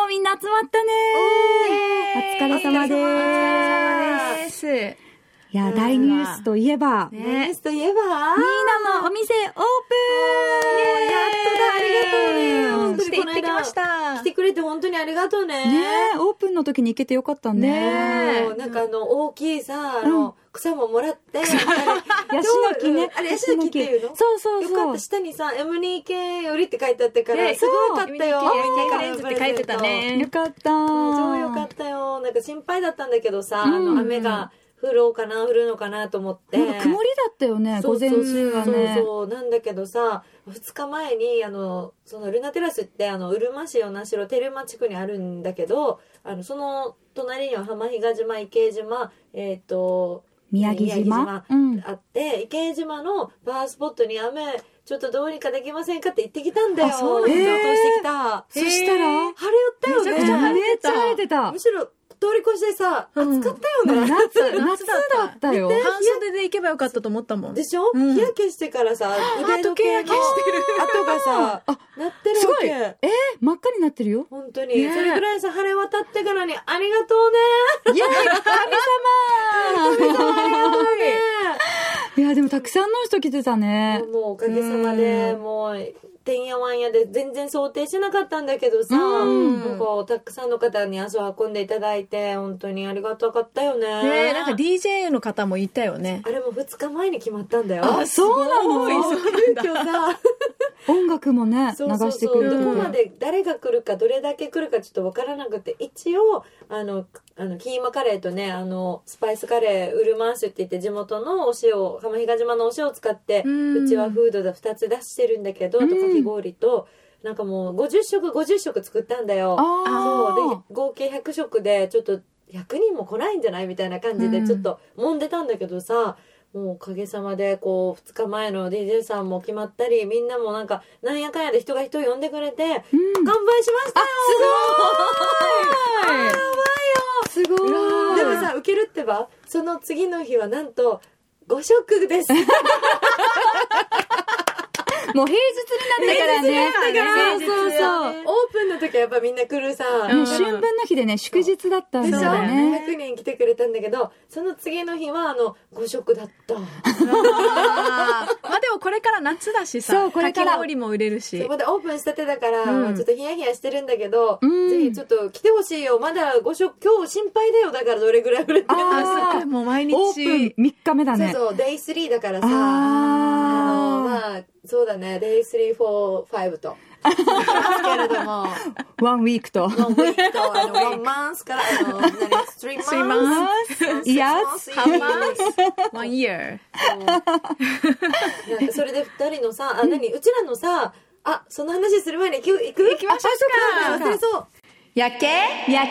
もみんな集まったね。お疲れ様です。いや、大ニュースといえば、 ニュースといえば、 ニーナのお店オープン。 やっとだ、ありがとうね。本当にこの間来ました。 来てくれて本当にありがとうね。 ねえ、オープンの時に行けてよかったね。 なんか大きいさ、草ももらって、 ヤシの木ね。 あれヤシの木っていうの？ そうそうそう。 よかった、下にさ、M2K よりって書いてあったから、すごかったよ。 M2K レンズって書いてたね。 よかった。 超よかったよ。なんか心配だったんだけどさ、雨が降るのかなと思って。 なんか曇りだったよね、午前中はね。 そう、なんだけどさ、2日前に、そのルナテラスって、うるま市与那城照馬地区にあるんだけど、その隣には浜比嘉島、池江島、 宮城島あって、池江島のパワースポットに雨、ちょっとどうにかできませんかって言ってきたんだよ。 そうなんだ。 してきた。 そしたら晴れよったよね。 めちゃくちゃ晴れてた。 むしろ、通り越してさ、暑かったよね。 夏だったよ。 半袖で行けばよかったと思ったもん。 でしょ？日焼けしてからさ、腕時計焼けしてる跡がさ、なってるわけ。 真っ赤になってるよ。 本当に。それぐらいさ、晴れ渡ってからに、ありがとうね。 いや、神様ありがとうね。 いや、でもたくさんの人来てたね。 もうおかげさまで、もう、てんやわんやで全然想定しなかったんだけどさ、もうこうたくさんの方に足を運んでいただいて本当にありがたかったよね。 なんか DJ の方もいたよね。 あれも2日前に決まったんだよ。 あ、そうなの？ 急遽さ、 音楽もね流してくれてて、 どこまで誰が来るかどれだけ来るかちょっと分からなくて、一応キーマカレーとねスパイスカレーウルマンシュって言って地元のお塩、浜比嘉島のお塩を使ってうちはフードで2つ出してるんだけど、あとかき氷となんかもう50食作ったんだよ。そうで合計100食でちょっと100人も来ないんじゃないみたいな感じでちょっと揉んでたんだけどさ、もうおかげさまでこう2日前の DJ さんも決まったり、みんなもなんかなんやかんやで人が人呼んでくれて、完売しましたよ。 すごい。 やばいよ。 すごい。 でもさ、ウケるってば、その次の日はなんと5食です。 もう平日になったからね。そう。 オープンの時はやっぱみんな来るさ。 もう春分の日でね、祝日だったんだよね。 100人来てくれたんだけど、その次の日は5食だった。 まあでもこれから夏だしさ、かき氷も売れるし。 そこでオープンしたてだから、ちょっとヒヤヒヤしてるんだけど、ぜひちょっと来てほしいよ。まだ5食、今日心配だよ。だからどれぐらい売れてるか。もう毎日。 オープン3日目だね。 そう、デイ3だからさ。まあ、そうだね、デイ3、4、5と。ですけれども。 1 week と。 1 week と、1 month から、3 months。 いや、 1 year。 それで2人のさ、うちらのさ、その話する前に行く？ 行きましょうか。 忘れそう。 やけプレ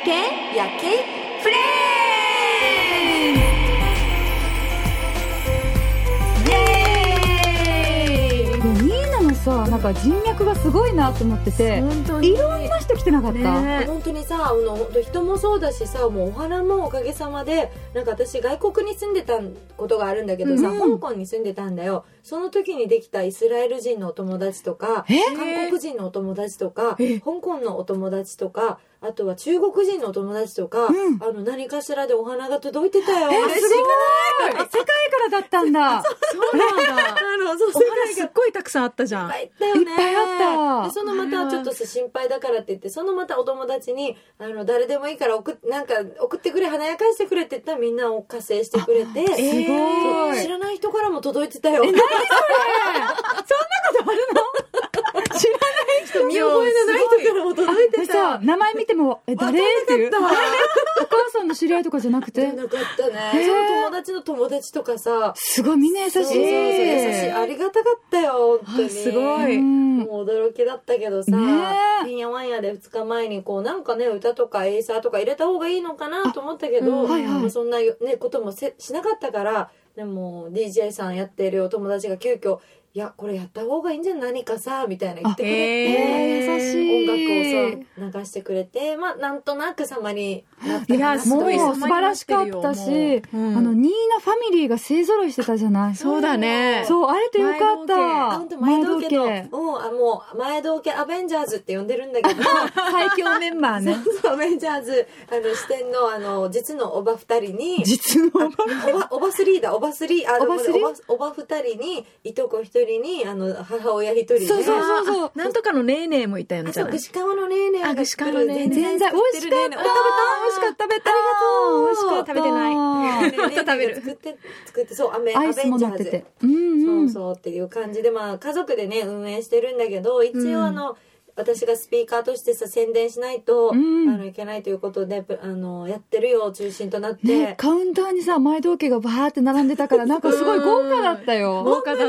さ、なんか人脈がすごいなと思ってて、本当にいろんな人来てなかった？ 本当にさ、人もそうだしさ、もうお花もおかげさまで、なんか私外国に住んでたことがあるんだけどさ、香港に住んでたんだよ。その時にできたイスラエル人のお友達とか、韓国人のお友達とか、香港のお友達とか、あとは中国人のお友達とか、何かしらでお花が届いてたよ。 すごい。世界からだったんだ。 そうなんだ。お花すっごいたくさんあったじゃん。 いっぱいあったよね。 いっぱいあった。 でそのまたちょっと心配だからって言って、そのまたお友達に誰でもいいから送ってくれ、華やかしてくれって言ったらみんなを加勢してくれて、 すごい。 知らない人からも届いてたよ。 何それ。そんなことあるの？知らない人、 見覚えのない人からも届いてた。 名前見ても誰っていう。お母さんの知り合いとかじゃなくて。 なかったね。その友達の友達とかさ、 すごいみんな優しい。 優しい。ありがたかったよ、本当に。 すごい。 もう驚きだったけどさ、てんやわんやで2日前にこうなんかね、歌とかエイサーとか入れた方がいいのかなと思ったけど、そんなねこともしなかったから、でも DJ さんやってるお友達が急遽、いやこれやった方がいいんじゃないかさみたいな言ってくれて、 優しい。 音楽を流してくれて、まあなんとなく様になって、 いや、もう素晴らしかったし、ニーナファミリーが勢揃いしてたじゃない。 そうだね。 そう、会えてよかった。 前道家の、もう前道家アベンジャーズって呼んでるんだけど、 最強メンバーね。 アベンジャーズ視点の実のおば二人に、 実のおば3だ、おば二人に、いとこ一人に母親一人で、 そうなんとかのネーネーもいたよね。 そう、串川のネーネーが作る全然美味しかった。美味しかった。食べた。 ありがとう。 美味しかった。 食べてない。もっと食べる。 作って、そう、アベンジャーズ。そうっていう感じで、まあ家族でね運営してるんだけど、一応私がスピーカーとしてさ宣伝しないと、いけないということでやってるよ中心となって、 ね、カウンターにさ前道家がバーって並んでたからなんかすごい豪華だったよ。 豪華だった。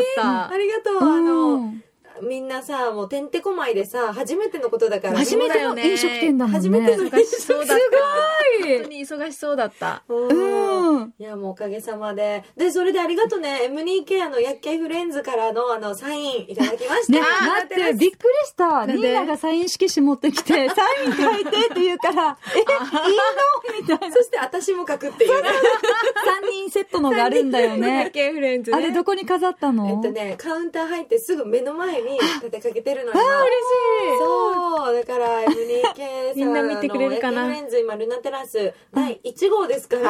ありがとう。みんなさもうてんてこまいでさ初めてのことだから、 初めての飲食店だもんね。 初めての飲食店そうだった。すごい本当に忙しそうだった。 いやもうおかげさまでそれでありがとうね。 M2K 薬系フレンズからのサインいただきました。 ね、だってびっくりした。ニーナがサイン色紙持ってきてサイン書いてって言うからいいのみたいな。 そして私も書くっていうね 3人セットのがあるんだよね。 薬系フレンズね。 あれどこに飾ったの？ カウンター入ってすぐ目の前に立てかけてるのよ。 嬉しい。 そうだから M2K さんみんな見てくれるかな。 薬系フレンズ今ルナテラス第1号ですから。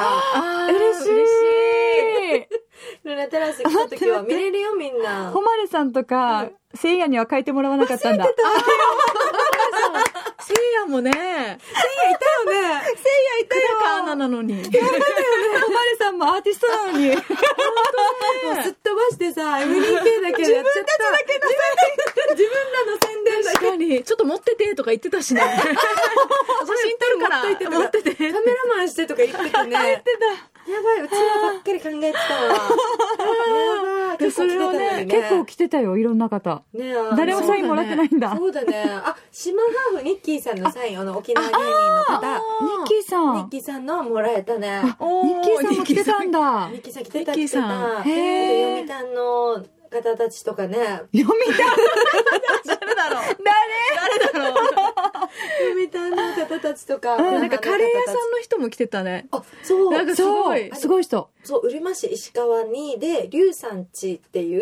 嬉しい。 ルナテラス来た時は見れるよみんな。 誉さんとかせいやには書いてもらわなかったんだ。 せいやもね。せいやいたよね。 せいやいたよ。 カーナなのに。 誉さんもアーティストなのに。 もうすっ飛ばしてさ M2K だけでやっちゃった。自分らの宣伝だけ。 確かにちょっと持っててとか言ってたしね。写真撮るから持ってて。 カメラマンしてとか言っててね。 言ってた。 やばい、うちらばっかり考えてたわ。やばい。 それをね、結構来てたよ、いろんな方。ね、誰もサインもらってないんだ。 そうだね。島ハーフニッキーさんのサイン、沖縄芸人の方。 ニッキーさんのもらえたね。 ニッキーさんも来てたんだ。 ニッキーさん来てた。読谷の方たちとかね。 読谷誰だろう読谷の方たちとか。 なんかカレー屋さんの人も来てたね。 そう。 なんかすごい人。 そう、うるま市石川にで、龍さんちっていう、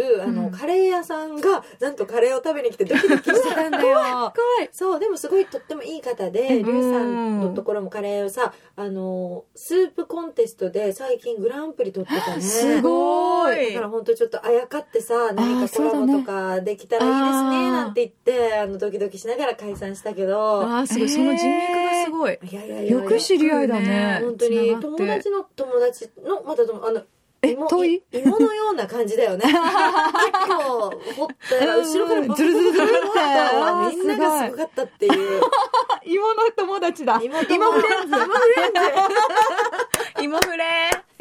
カレー屋さんが、なんとカレーを食べに来てドキドキしてたんだよ。 怖い。 そう、でもすごいとってもいい方で、龍さんのところもカレーをさ、スープコンテストで最近グランプリ取ってたね。 すごい。 だから本当ちょっとあやかってさ、何かコラボとかできたらいいですね、なんて言って、ドキドキしながら解散したけど。 すごい、その人脈がすごい。 いやよく知り合いだね。 本当に、友達の友達の、また遠い芋のような感じだよね。結構、掘ったら、後ろからズルズルズルって。 みんながすごかったっていう。 芋の友達だ。 芋フレンズ。 芋フレ。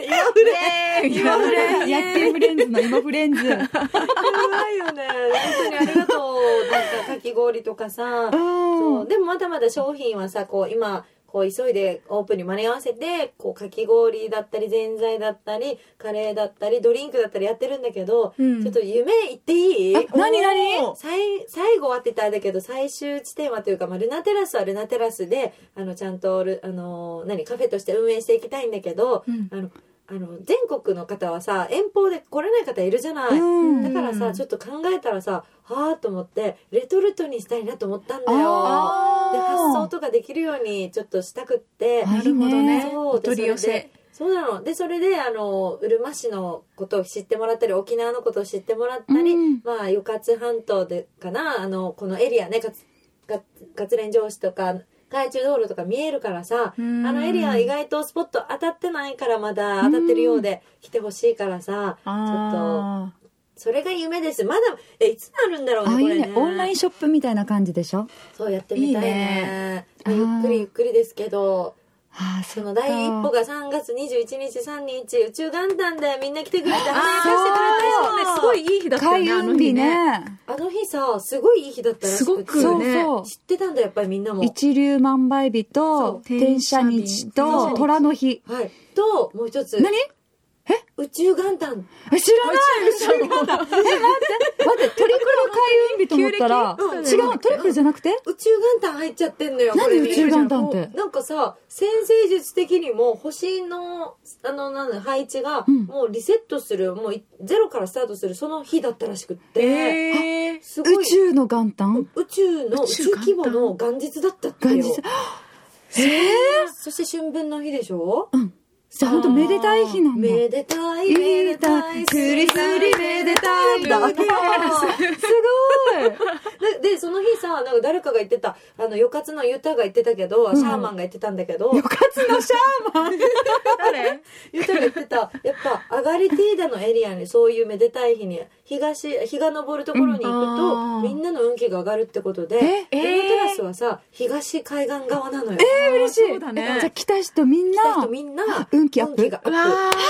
薬系フレンズの芋フレンズ。やばいよね。本当にありがとう。なんかかき氷とかさ。そう。でもまだまだ商品はさ、今、急いでオープンに間に合わせてかき氷だったりぜんざいだったりカレーだったりドリンクだったりやってるんだけど、ちょっと夢言っていい？ 何最後はって言ったらだけど最終地点はというか、ルナテラスはルナテラスでちゃんとカフェとして運営していきたいんだけど、全国の方はさ遠方で来れない方いるじゃない。だからさちょっと考えたらさはぁと思ってレトルトにしたいなと思ったんだよ。で発送とかできるようにちょっとしたくって。 なるほどね。 そうお取り寄せ。 そうなの。でそれでうるま市のことを知ってもらったり沖縄のことを知ってもらったり、与勝半島でかなこのエリアね勝連城市とか海中道路とか見えるからさ、エリア意外とスポット当たってないからまだ当たってるようで来てほしいからさ、ちょっとそれが夢です。まだいつなるんだろうねこれね。 いいね。オンラインショップみたいな感じでしょ。 そうやってみたいね。ゆっくりですけど。その第一歩が3月21日3日宇宙元旦でみんな来てくれて華やかしてくれたよ。 すごいいい日だったよね。 開運日ね。 あの日さすごいいい日だったらしくて。 すごくね。 知ってたんだやっぱりみんなも。 一粒万倍日と天赦日と虎の日。 はい。ともう一つ。 何？ 宇宙元旦。 知らない宇宙元旦。待って、トリプル開運日と思ったら、違う、トリプルじゃなくて宇宙元旦入っちゃってんのよ。 何宇宙元旦って。 なんかさ、占星術的にも星の、配置が、もうリセットする、もうゼロからスタートする、その日だったらしくって。 すごい。宇宙の元旦？ 宇宙規模の元日だったってよ。元日。そして春分の日でしょ？うん。 じゃあほんとめでたい日なんだ。 めでたい、めでたい、スリスリめでたいだ。すごい。で、その日さ、なんか誰かが言ってた、よかつのユタが言ってたけど、シャーマンが言ってたんだけど。 よかつのシャーマン誰？ユタが言ってた、やっぱ、アガリティーダのエリアにそういうめでたい日に、日が昇るところに行くと、みんなの運気が上がるってことで、テラスはさ、東海岸側なのよ。 嬉しい。そうだね。じゃあ来た人みんな、運気アップ。 すごい。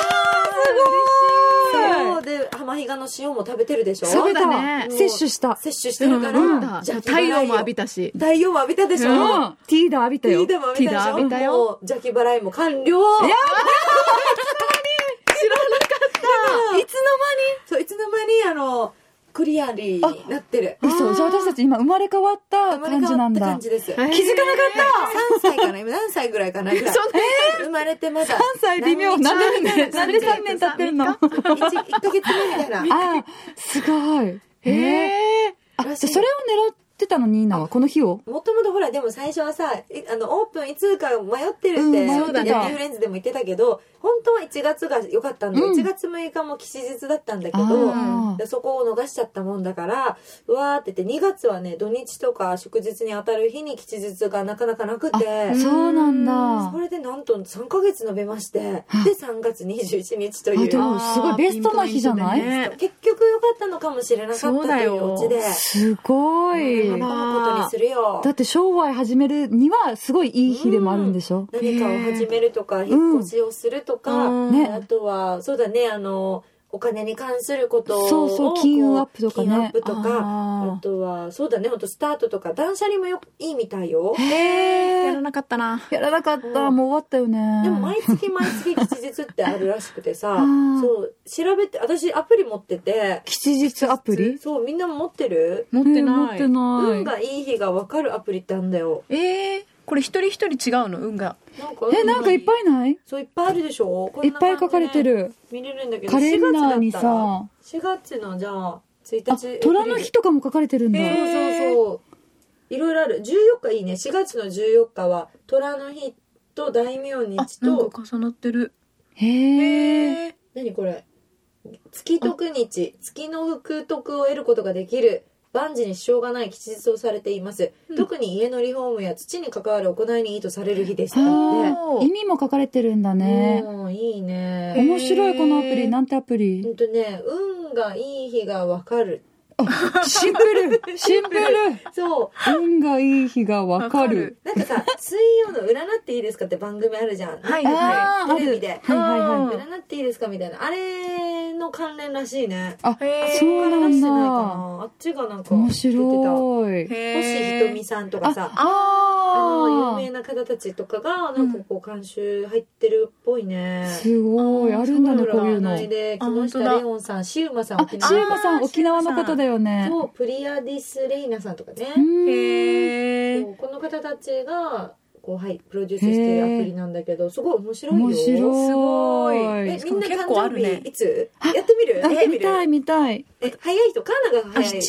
そうで、浜比嘉の塩も食べてるでしょ。 食べたね。摂取してるから、 じゃあ太陽も浴びたし。 太陽も浴びたでしょ。 ティーダー浴びたよ。 ティーダーも浴びたよ。もう邪気払いも完了。 いや知らなかった。いつの間に？ そう、いつの間にクリアになってる。 嘘。じゃあ私たち今生まれ変わった感じなんだ。 感じです。気づかなかった。 3歳かな。今何歳ぐらいかな。生まれてまだ。 3歳微妙。なんで3年経ってるの？ 1 ヶ月目みたいな。 あ、すごい。それを狙ってたのニーナはこの日を。 もともとほらでも最初はさ、オープンいつか迷ってるって、 そうだね。 ヤッピーフレンズでも言ってたけど、本当は1月が良かったんで、1月6日も吉日だったんだけど、そこを逃しちゃったもんだから、うわーって言って、2月はね、土日とか祝日に当たる日に吉日がなかなかなくて、 そうなんだ。 それでなんと3ヶ月延べまして、で、3月21日という。 でもすごいベストな日じゃない？ 結局良かったのかもしれなかったというオチで。 すごい。 このことにするよ。 だって商売始めるにはすごいいい日でもあるんでしょ？ 何かを始めるとか、引っ越しをするとか、あとは、そうだね、お金に関することを。 そう、金運アップとかね。 金運アップとか、あとは、そうだね、ほんとスタートとか、断捨離もいいみたいよ。 やらなかったな。 やらなかった。もう終わったよね。 でも毎月吉日ってあるらしくてさ、そう、調べて、私アプリ持ってて。 吉日アプリ？ そう、みんな持ってる？ 持ってない。 運がいい日が分かるアプリってあるんだよ。 これ一人一人違うの運が。 なんかいっぱいない？ そういっぱいあるでしょ。 いっぱい書かれてる。 見れるんだけど。 カレンダーにさ。 4月のじゃあ1日。 虎の日とかも書かれてるんだ。 そう。いろいろある。14日いいね。4月の14日は虎の日と大名日と。 なんか重なってる。 何これ？月徳日、月の福徳を得ることができる。万事に支障がない吉日をされています、特に家のリフォームや土に関わる行いにいいとされる日ですって。 意味も書かれてるんだね。 いいね。 面白いこのアプリ。なんてアプリ？ 運がいい日がわかる。 シンプルそう。 運がいい日がわかる。 なんかさ、水曜の占っていいですかって番組あるじゃん。テレビで。占っていいですかみたいな。あれの関連らしいね。 そうなんだ。 あっちがなんか。 面白い。 星ひとみさんとかさ。有名な方たちとかが、なんかこう監修入ってるっぽいね。 すごい。あるんだね、こういうの。 で、木下レオンさん、シウマさん、 シウマさん、沖縄の方だよね。 そう、プリアディス・レイナさんとかね。この方たちが、プロデュースしてるアプリなんだけど、すごい面白いよ。 すごい。 みんな誕生日いつ？やってみる？ 見たい。 早い人、カナダが早い。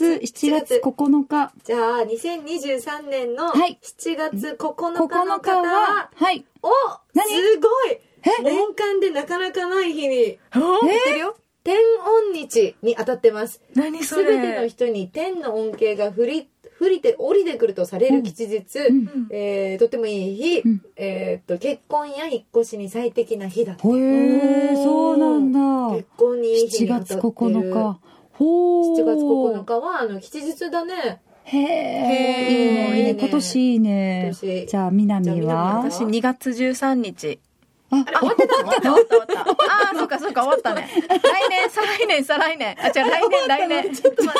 7月9日。 じゃあ、2023年の7月9日の方は、すごい！年間でなかなかない日に、言ってるよ。天恩日に当たってます。 何それ？ すべての人に天の恩恵が降りてくるとされる吉日、とてもいい日、結婚や引っ越しに最適な日だって。 そうなんだ。 結婚にいい日に当たってる。 7月9日。 7月9日は吉日だね。 いいね。今年いいね。じゃあ南は？ 私2月13日。 終わってた終わったああそうか終わったね。来年再来年あ、違う来年ちょっと待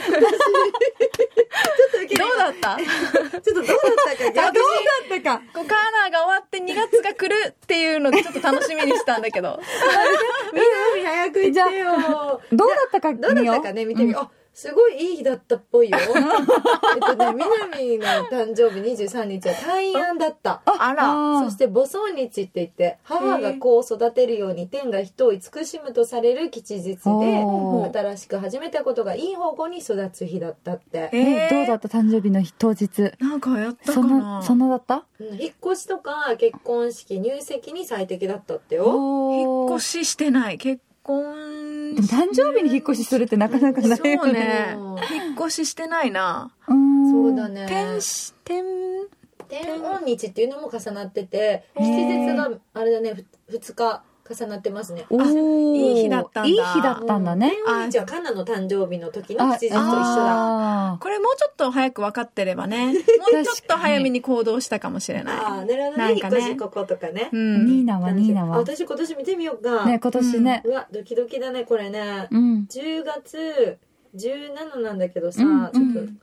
ってどうだったちょっとどうだったか逆にどうだったか。 こうカーナーが終わって2月が来るっていうのでちょっと楽しみにしたんだけど南早く言ってよ。 どうだったかどうだったかね見てみよう。あ、すごいいい日だったっぽいよ。南の誕生日23日は大安だった。 あらそして母孫日って言って母が子を育てるように天が人を慈しむとされる吉日で新しく始めたことがいい方向に育つ日だったって。 どうだった誕生日の日当日。 なんかやったかな。 そんなだった？ 引っ越しとか結婚式入籍に最適だったってよ。 引っ越ししてない。結婚でも誕生日に引っ越しするってなかなかないよね。 そうね。引っ越ししてないな。 そうだね。 天恩日っていうのも重なってて、吉日があれだね、2日重なってますね。 いい日だったんだ。 いい日だったんだね。 天恩日はカンナの誕生日の時の吉日と一緒だ。 これもうちょっと早く分かってればね、もうちょっと早めに行動したかもしれない。 ああ、なるほどね。引っ越しこことかね。 ニーナは。 私今年見てみようか。 ね、今年ね。 うわ、ドキドキだね、これね。10月17なんだけどさ、ちょっと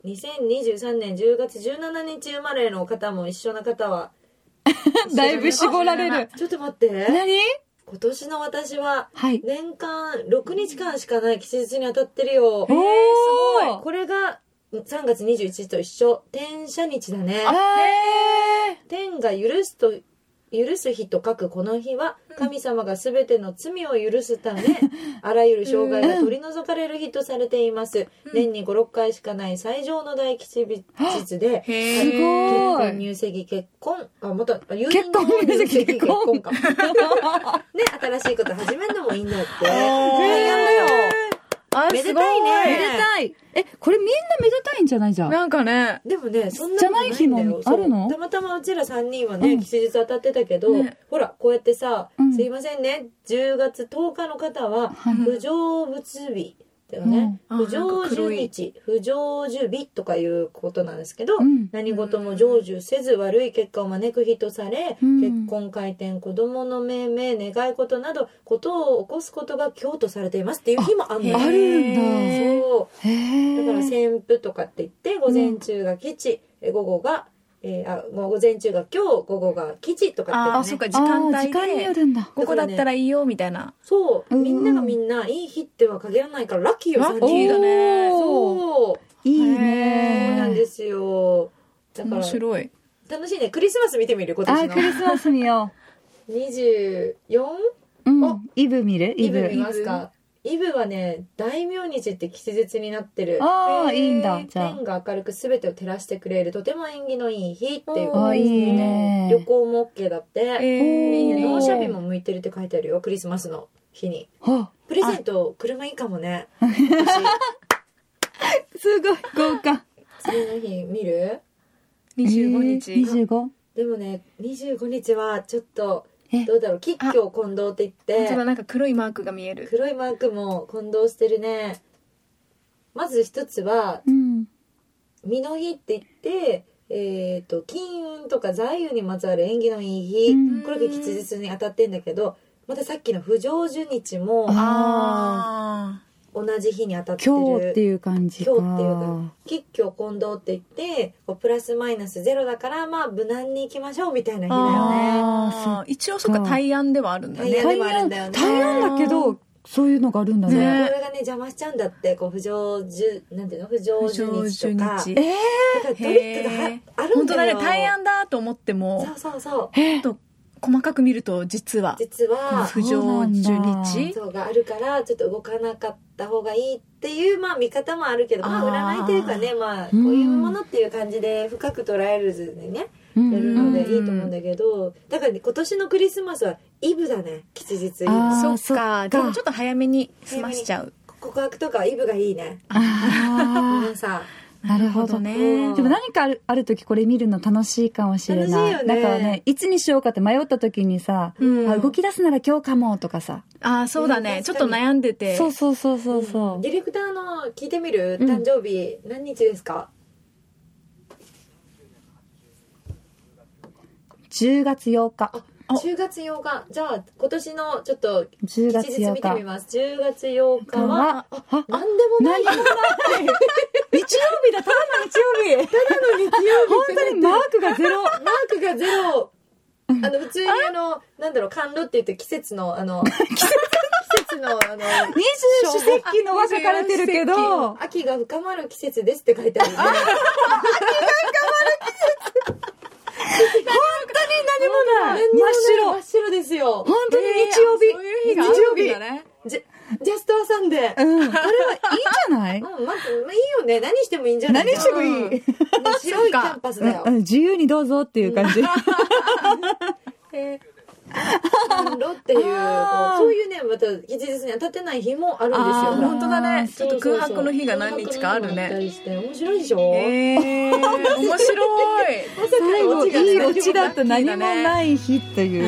2023年10月17日生まれの方も一緒な方はだいぶ絞られる。 ちょっと待って。 何？ 今年の私は年間6日間しかない吉日に当たってるよ。 すごい。 これが3月21日と一緒。天赦日だね。天が許す日と書くこの日は神様がすべての罪を許すためあらゆる障害が取り除かれる日とされています。年に 5,6 回しかない最上の大吉日で、 すごい。 結婚入籍結婚また結婚入籍結婚かね、新しいこと始めるのもいいんだって。大変だよ。めでたいね。 めでたい。これみんなめでたいんじゃないじゃん。 なんかね。 でもね、そんなことないんだよ。 じゃない日もあるの？ たまたまうちら3人はね、吉日当たってたけど、ほら、こうやってさ、すいませんね、10月10日の方は、不成仏日。だよね。不成就日、不成就日とかいうことなんですけど、何事も成就せず悪い結果を招く日とされ、結婚、開店、子供の命名、願い事など、ことを起こすことが今日とされていますっていう日もあるんだよ。 あるんだ。 そう。だから旋風とかって言って、午前中が吉、午後が午前中が今日、午後が吉とかって、ね。 あ、そうか、時間帯で。 時間によるんだ。 ここだったらいいよ、みたいな。 そう。みんながみんないい日っては限らないから、ラッキーよ、 ラッキーだね。 そう。 いいね。 そうなんですよ。だから、 面白い。 楽しいね。クリスマス見てみる、今年の。 クリスマス見よう。24? イブ見る？ イブ見ますか？イブはね、大明日って吉日になってる。 いいんだ。じゃあ天が明るく全てを照らしてくれるとても縁起のいい日っていうことですね。いいね。 旅行も OK だって。納車日も向いてるって書いてあるよ、クリスマスの日に。プレゼント車いいかもね。 すごい豪華。 次の日見る ？25日。 25？ でもね、25日はちょっとどうだろう、吉凶混同って言って、 本当だ、なんか黒いマークが見える。 黒いマークも混同してるね。まず一つは、身の日って言って、金運とか財運にまつわる縁起のいい日、これが吉日に当たってんだけど、またさっきの不成就日も同じ日に当たってる。 今日っていう感じか。 今日っていうか、吉凶混同って言ってプラスマイナスゼロだからまあ無難に行きましょうみたいな日だよね。 一応そっか、大安ではあるんだね。 大安でもあるんだよね。 大安だけどそういうのがあるんだね。 これがね邪魔しちゃうんだって、不成就なんていうの、不成就日とか。だからトリックがあるんだよ。 本当だね、大安だと思っても。 そう。 細かく見ると実は不成就日そうがあるから、ちょっと動かなかった方がいいっていうまあ見方もあるけど、まあ占いというかね、まあこういうものっていう感じで深く捉えるずにねやるのでいいと思うんだけど、だから今年のクリスマスはイブだね、吉日。 そっか。でもちょっと早めに済ましちゃう。 告白とかはイブがいいね。皆さん。 なるほどね。でも何かある時これ見るの楽しいかもしれない。 楽しいよね。 だからね、いつにしようかって迷った時にさ、動き出すなら今日かもとかさ。 そうだね。ちょっと悩んでて。 そう。 ディレクターの聞いてみる？誕生日何日ですか ？10月8日。 10月8日。じゃあ、今年のちょっっと 10月8 日見てみ日。 ます。10月8日は、なんでもない。 日曜日だ、ただの日曜日。 ただの日曜日。 本当にマークがゼロ。 マークがゼロ。普通になんだろう、甘露って言って季節の、季節の、 二十四節気のは書かれてるけど、 秋が深まる季節ですって書いてあるね。 秋が深まる季節。本当に何もない。真っ白。 真っ白ですよ。 本当に日曜日。 そういう日があるんだね。 ジャストアサンデー。 あれはいいんじゃない？ まあいいよね。何してもいいんじゃない？ 何してもいい。 白いキャンパスだよ。 自由にどうぞっていう感じ。 甘露っていう、そういうね、また吉日に当たってない日もあるんですよ。 本当だね。ちょっと空白の日が何日かあるね。 面白いでしょ？ 面白い。 最後いいオチだと何もない日という。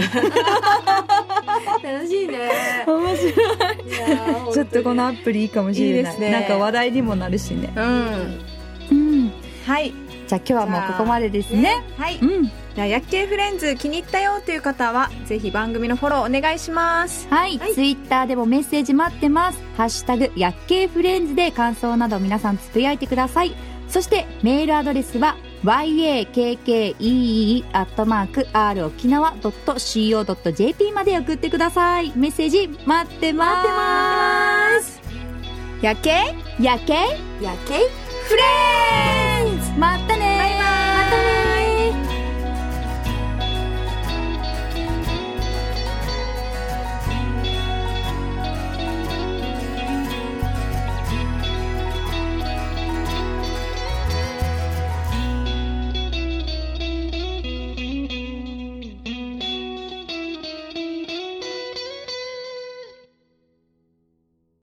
楽しいね。 面白い。ちょっとこのアプリいいかもしれない。なんか話題にもなるしね。 はい。 じゃあ今日はもうここまでですね。 はい。じゃあ、薬系フレンズ気に入ったよという方は、ぜひ番組のフォローお願いします。 はい。ツイッターでもメッセージ待ってます。ハッシュタグ、薬系フレンズで感想など皆さんつぶやいてください。そして、メールアドレスは、yakkee@rokinawa.co.jp まで送ってください。メッセージ待ってます。 薬系フレンズまたね